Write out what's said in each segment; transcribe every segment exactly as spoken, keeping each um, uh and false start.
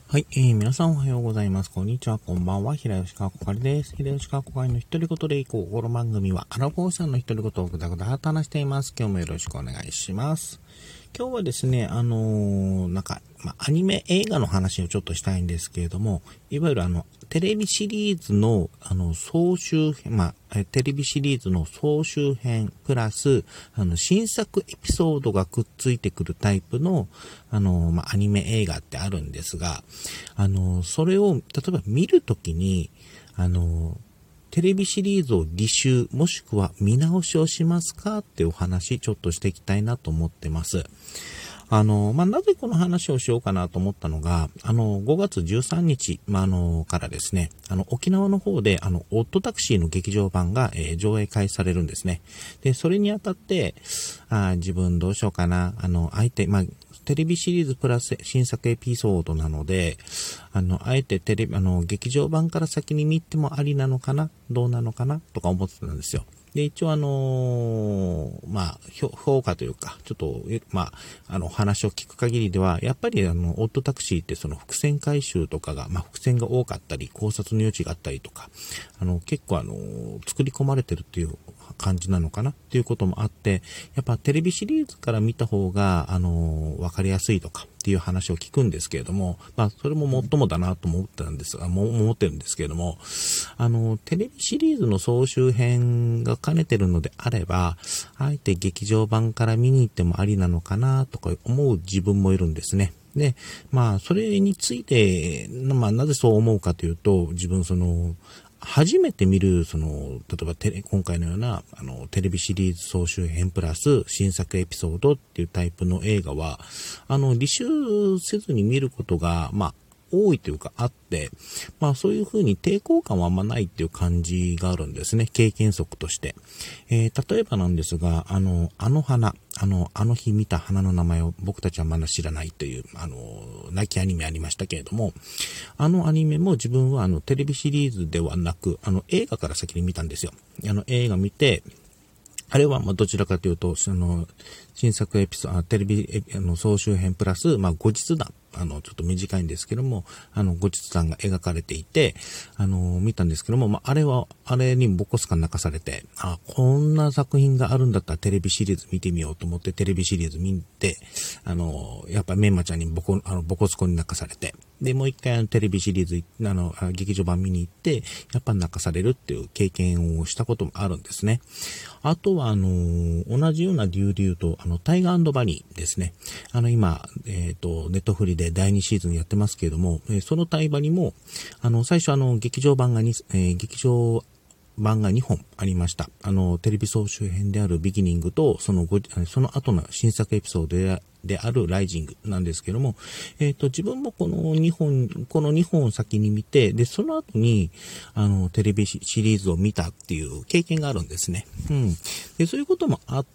はい、えー、皆さんおはようございます。こんにちは、こんばんは。平吉川こかりです。平吉川こかりの一人言でいこう。この番組はアラフォーさんの一人言をぐだぐだと話しています。今日もよろしくお願いします。今日はですね、あのー、なんか、まあ、アニメ映画の話をちょっとしたいんですけれども、いわゆるあの、テレビシリーズの、あの、総集編、まあ、テレビシリーズの総集編、プラス、あの、新作エピソードがくっついてくるタイプの、あの、まあ、アニメ映画ってあるんですが、あの、それを、例えば見るときに、あの、テレビシリーズを履修、もしくは見直しをしますかっていうお話、ちょっとしていきたいなと思ってます。あの、まあ、なぜこの話をしようかなと思ったのが、あの、ごがつじゅうさんにち、まあ、あの、からですね、あの、沖縄の方で、あの、オットタクシーの劇場版が、えー、上映開始されるんですね。で、それにあたって、あ自分どうしようかな、あの、相手、まあ、テレビシリーズプラス新作エピソードなので、あの、あえてテレビ、あの、劇場版から先に見てもありなのかな、どうなのかな、とか思ってたんですよ。で、一応あのー、まあ、評価というか、ちょっと、まあ、あの、話を聞く限りでは、やっぱりあの、オットタクシーってその伏線回収とかが、まあ、伏線が多かったり、考察の余地があったりとか、あの、結構あの、作り込まれてるっていう感じなのかなっていうこともあって、やっぱテレビシリーズから見た方が、あの、わかりやすいとかっていう話を聞くんですけれども、まあ、それも最もだなと思ってたんですが、も思ってるんですけれども、あの、テレビシリーズの総集編が兼ねてるのであれば、あえて劇場版から見に行ってもありなのかなとか思う自分もいるんですね。で、まあ、それについて、まあ、なぜそう思うかというと、自分その、初めて見る、その、例えばテレ、今回のような、あの、テレビシリーズ総集編プラス新作エピソードっていうタイプの映画は、あの、履修せずに見ることが、まあ、多いというかあって、まあそういう風に抵抗感はあんまないっていう感じがあるんですね。経験則として。えー、例えばなんですが、あの、あの花、あの、あの日見た花の名前を僕たちはまだ知らないという、あの、泣きアニメありましたけれども、あのアニメも自分はあのテレビシリーズではなく、あの映画から先に見たんですよ。あの映画見て、あれはまあどちらかというと、その、新作エピソード、テレビ、あの、総集編プラス、まあ後日談、あの、ちょっと短いんですけども、あの、後日談が描かれていて、あの、見たんですけども、まああれは、あれにボコスカ泣かされて、あ、こんな作品があるんだったらテレビシリーズ見てみようと思ってテレビシリーズ見て、あの、やっぱメンマちゃんにボコ、あの、ボコスコに泣かされて、で、もう一回あのテレビシリーズ、あの、劇場版見に行って、やっぱ泣かされるっていう経験をしたこともあるんですね。あとは、あのー、同じような理由で言うと、あの、タイガー&バニーですね。あの、今、えっと、ネットフリでだいにシーズンやってますけれども、えー、そのタイバニも、あの、最初あの、劇場版がに、えー、劇場版がにほんありました。あの、テレビ総集編であるビギニングと、その後、その後の新作エピソードで、であるライジングなんですけども、えっと、自分もこのにほん、このにほんを先に見て、で、その後に、あの、テレビシリーズを見たっていう経験があるんですね。うん。で、そういうこともあって、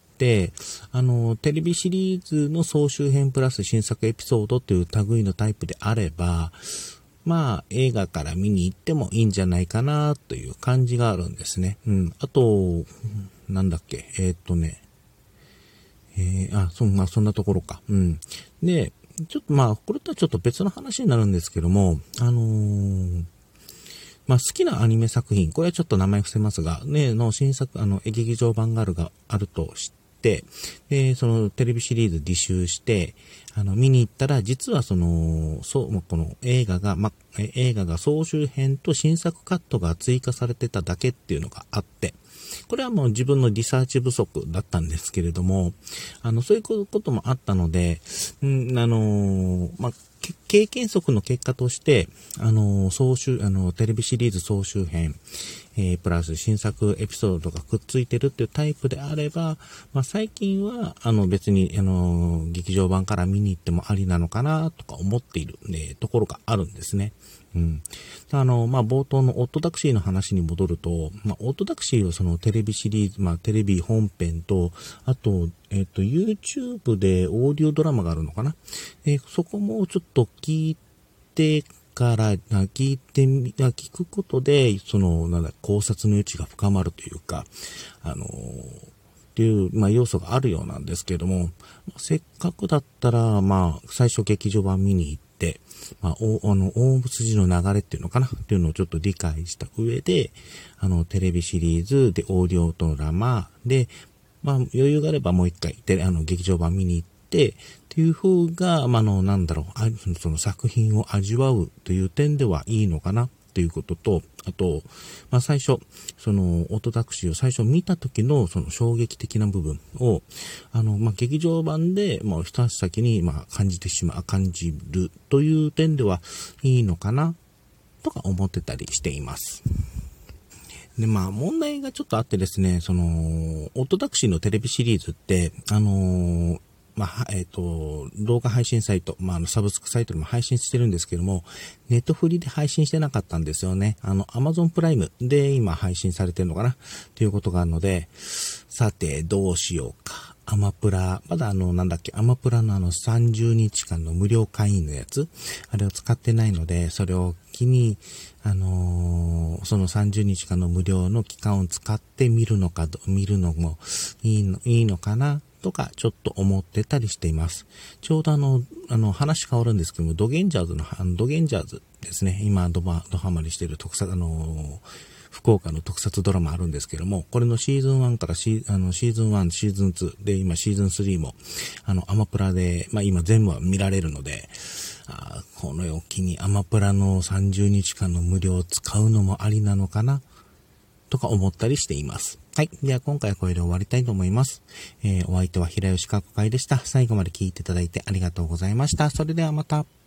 あの、テレビシリーズの総集編プラス新作エピソードっていう類のタイプであれば、まあ、映画から見に行ってもいいんじゃないかなという感じがあるんですね。うん。あと、なんだっけ、えー、っとね、えー、あ、そんな、そんなところか。うん。で、ちょっとまあ、これとはちょっと別の話になるんですけども、あのー、まあ、好きなアニメ作品、これはちょっと名前伏せますが、ね、の新作、あの、劇場版があるが、あると知って、で、そのテレビシリーズ履修して、あの、見に行ったら、実はその、そう、この映画が、ま、映画が総集編と新作カットが追加されてただけっていうのがあって、これはもう自分のリサーチ不足だったんですけれども、あの、そういうこともあったので、うん、あのー、まあ、経験則の結果として、あのー、総集、あの、テレビシリーズ総集編、えー、プラス新作エピソードがくっついてるっていうタイプであれば、まあ、最近は、あの、別に、あのー、劇場版から見に行ってもありなのかな、とか思っている、ね、ところがあるんですね。うん。あの、まあ、冒頭のオットタクシーの話に戻ると、まあ、オットタクシーはそのテレビシリーズ、まあ、テレビ本編と、あと、えっと、YouTube でオーディオドラマがあるのかな。えー、そこもちょっと聞いてから、聞いてみ、聞くことで、その、なんだ、考察の余地が深まるというか、あのー、っていう、まあ、要素があるようなんですけれども、せっかくだったら、まあ、最初劇場版見に行って、 て、まあ、お、あの、大筋の流れっていうのかなっていうのをちょっと理解した上で、あの、テレビシリーズで、オーディオドラマで、まあ、余裕があればもう一回、テレ、あの、劇場版見に行って、っていう方が、まあ、あの、なんだろう、あその作品を味わうという点ではいいのかなということと、あと、まあ、最初、その、オートタクシーを最初見た時の、その衝撃的な部分を、あの、まあ、劇場版で、もう一足先に、まあ、感じてしまう、感じるという点ではいいのかな、とか思ってたりしています。で、まあ、問題がちょっとあってですね、その、オートタクシーのテレビシリーズって、あのー、まあ、えっと、動画配信サイト、まあ、あの、サブスクサイトでも配信してるんですけども、ネットフリで配信してなかったんですよね。あの、アマゾンプライムで今配信されてるのかなということがあるので、さて、どうしようか。アマプラ、まだあの、なんだっけ、アマプラのあのさんじゅうにちかんの無料会員のやつ、あれを使ってないので、それを機に、あのー、そのさんじゅうにちかんの無料の期間を使って見るのか、見るのもいいの、いいのかなとか、ちょっと思ってたりしています。ちょうどあの、あの、話変わるんですけども、ドゲンジャーズの、あのドゲンジャーズですね、今ドバ、ドハマりしている特撮、あのー、福岡の特撮ドラマあるんですけども、これのシーズンワンからシー、あのシーズンワン、シーズンツーで、今シーズンスリーも、あの、アマプラで、まあ今全部は見られるので、あこのを機にアマプラのさんじゅうにちかんの無料を使うのもありなのかなとか思ったりしています。はい。では今回はこれで終わりたいと思います。えー、お相手は平吉かこかいでした。最後まで聞いていただいてありがとうございました。それではまた。